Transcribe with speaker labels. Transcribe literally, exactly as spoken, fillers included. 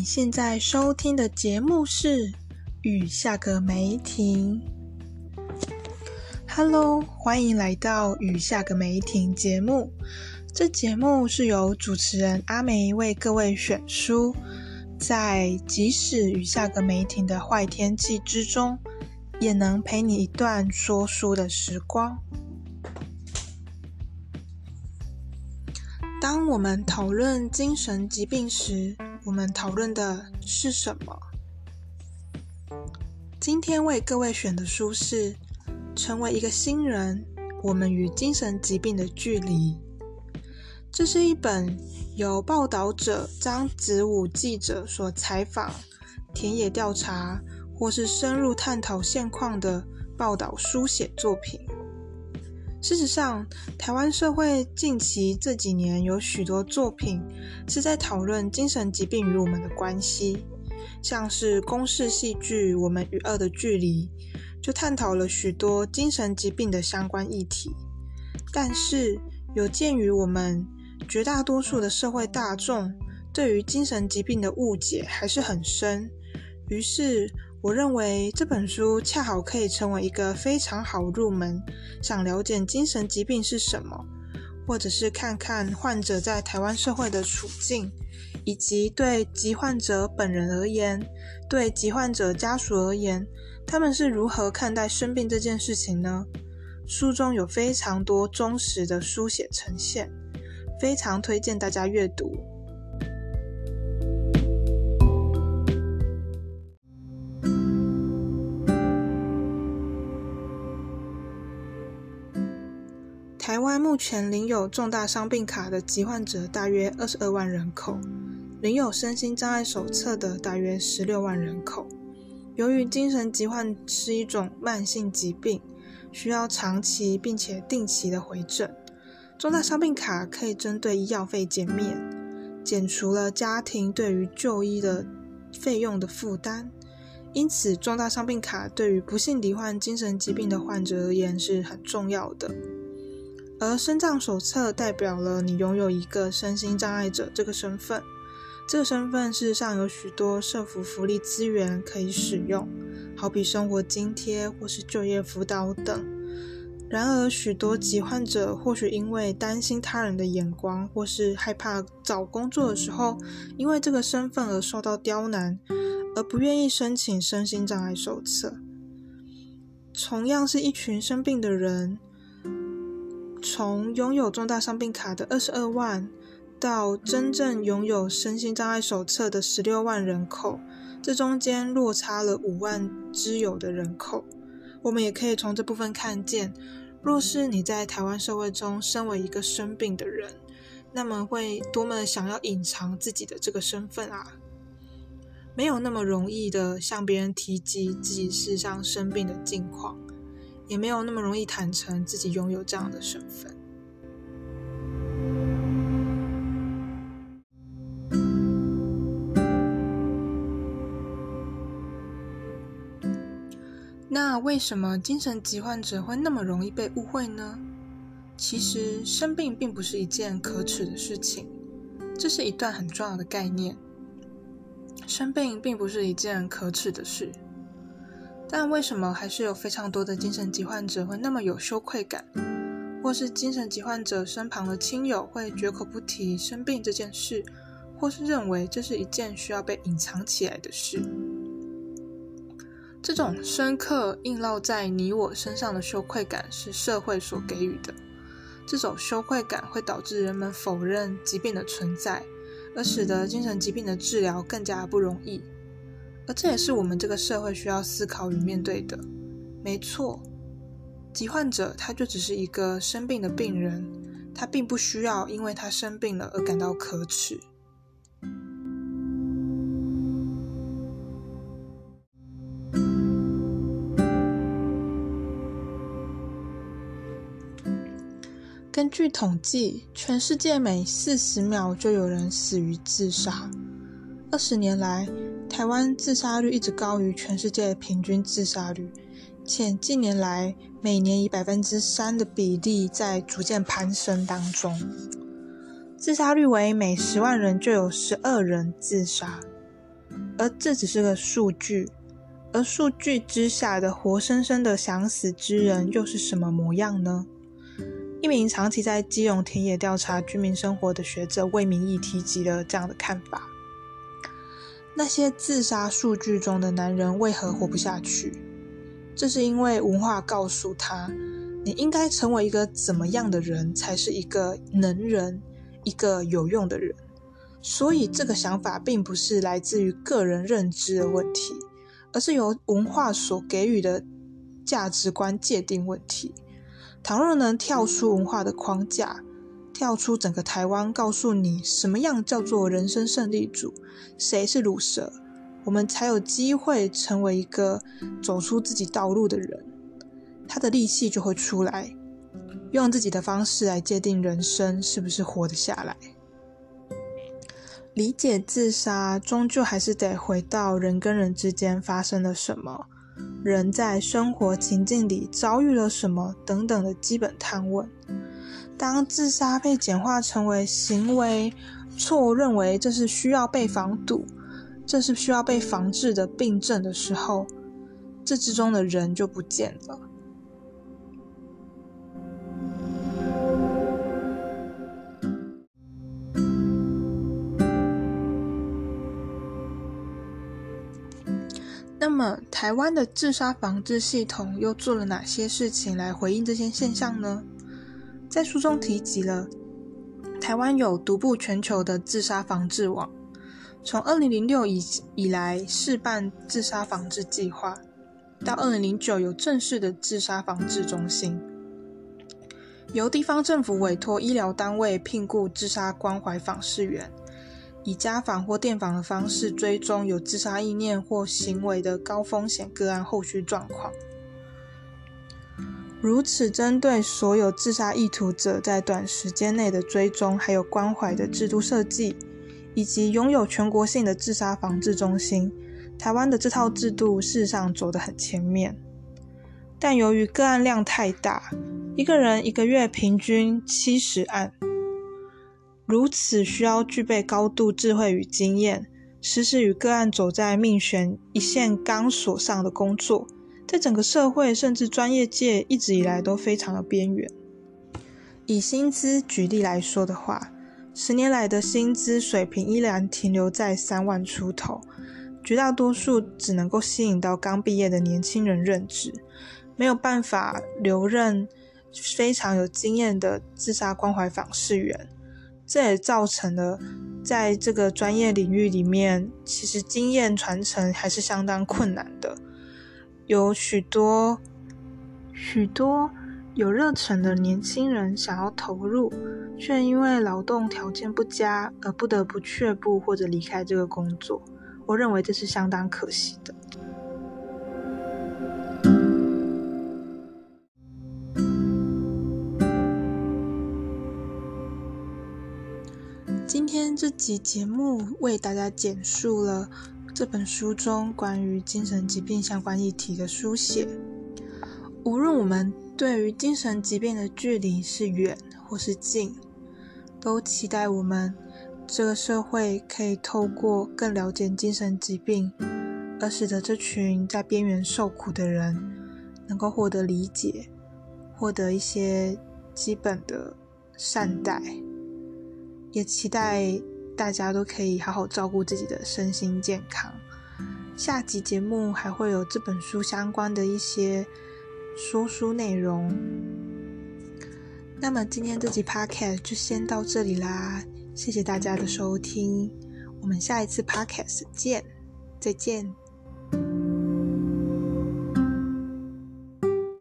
Speaker 1: 现在收听的节目是雨下个没停。Hello， 欢迎来到雨下个没停节目。这节目是由主持人阿梅为各位选书，在即使雨下个没停的坏天气之中，也能陪你一段说书的时光。当我们讨论精神疾病时，我们讨论的是什么？今天为各位选的书是《成为一个新人：我们与精神疾病的距离》。这是一本由报道者张子武记者所采访、田野调查或是深入探讨现况的报道书写作品。事实上，台湾社会近期这几年有许多作品是在讨论精神疾病与我们的关系，像是公视戏剧《我们与恶的距离》就探讨了许多精神疾病的相关议题。但是有鉴于我们绝大多数的社会大众对于精神疾病的误解还是很深，于是我认为这本书恰好可以成为一个非常好入门，想了解精神疾病是什么，或者是看看患者在台湾社会的处境，以及对疾患者本人而言，对疾患者家属而言，他们是如何看待生病这件事情呢？书中有非常多忠实的书写呈现，非常推荐大家阅读。台湾目前领有重大伤病卡的疾患者大约二十二万人口，领有身心障碍手册的大约十六万人口。由于精神疾患是一种慢性疾病，需要长期并且定期的回诊，重大伤病卡可以针对医药费减免，减除了家庭对于就医的费用的负担。因此，重大伤病卡对于不幸罹患精神疾病的患者而言是很重要的。而身障手册代表了你拥有一个身心障碍者这个身份，这个身份事实上有许多社福福利资源可以使用，好比生活津贴或是就业辅导等。然而许多疾患者或许因为担心他人的眼光，或是害怕找工作的时候因为这个身份而受到刁难，而不愿意申请身心障碍手册。同样是一群生病的人，从拥有重大伤病卡的二十二万到真正拥有身心障碍手册的十六万人口，这中间落差了五万之有的人口。我们也可以从这部分看见，若是你在台湾社会中身为一个生病的人，那么会多么想要隐藏自己的这个身份啊，没有那么容易的向别人提及自己事实上生病的境况，也没有那么容易坦诚自己拥有这样的身份。那为什么精神疾患者会那么容易被误会呢？其实生病并不是一件可耻的事情，这是一段很重要的概念。生病并不是一件可耻的事，但为什么还是有非常多的精神疾患者会那么有羞愧感，或是精神疾患者身旁的亲友会绝口不提生病这件事，或是认为这是一件需要被隐藏起来的事？这种深刻印烙在你我身上的羞愧感是社会所给予的，这种羞愧感会导致人们否认疾病的存在，而使得精神疾病的治疗更加不容易。而这也是我们这个社会需要思考与面对的。没错，疾患者他就只是一个生病的病人，他并不需要因为他生病了而感到可耻。根据统计，全世界每四十秒就有人死于自杀。二十年来，台湾自杀率一直高于全世界平均自杀率，且近年来每年以 百分之三 的比例在逐渐攀升当中。自杀率为每十万人就有十二人自杀。 而这只是个数据，而数据之下的活生生的想死之人又是什么模样呢？一名长期在基隆田野调查居民生活的学者魏明义提及了这样的看法：那些自杀数据中的男人为何活不下去？这是因为文化告诉他，你应该成为一个怎么样的人才是一个能人，一个有用的人。所以这个想法并不是来自于个人认知的问题，而是由文化所给予的价值观界定问题。倘若能跳出文化的框架，跳出整个台湾，告诉你什么样叫做人生胜利组，谁是鲁蛇，我们才有机会成为一个走出自己道路的人。他的力气就会出来，用自己的方式来界定人生是不是活得下来。理解自杀，终究还是得回到人跟人之间发生了什么，人在生活情境里遭遇了什么等等的基本探问。当自杀被简化成为行为，错误认为这是需要被防堵，这是需要被防治的病症的时候，这之中的人就不见了。那么台湾的自杀防治系统又做了哪些事情来回应这些现象呢？在书中提及了台湾有独步全球的自杀防治网，从二零零六 以, 以来试办自杀防治计划，到二零零九有正式的自杀防治中心，由地方政府委托医疗单位聘雇自杀关怀访视员，以家访或电访的方式追踪有自杀意念或行为的高风险个案后续状况。如此针对所有自杀意图者在短时间内的追踪还有关怀的制度设计，以及拥有全国性的自杀防治中心，台湾的这套制度事实上走得很前面。但由于个案量太大，一个人一个月平均七十案，如此需要具备高度智慧与经验，实时与个案走在命悬一线钢索上的工作，在整个社会甚至专业界一直以来都非常的边缘。以薪资举例来说的话，十年来的薪资水平依然停留在三万出头，绝大多数只能够吸引到刚毕业的年轻人任职，没有办法留任非常有经验的自杀关怀访视员。这也造成了在这个专业领域里面，其实经验传承还是相当困难的。有许多许多有热忱的年轻人想要投入，却因为劳动条件不佳而不得不却步或者离开这个工作。我认为这是相当可惜的。今天这集节目为大家简述了这本书中关于精神疾病相关议题的书写。无论我们对于精神疾病的距离是远或是近，都期待我们这个社会可以透过更了解精神疾病，而使得这群在边缘受苦的人能够获得理解，获得一些基本的善待。也期待大家都可以好好照顾自己的身心健康。下集节目还会有这本书相关的一些说书内容。那么今天这集 Podcast 就先到这里啦，谢谢大家的收听，我们下一次 Podcast 见，再见。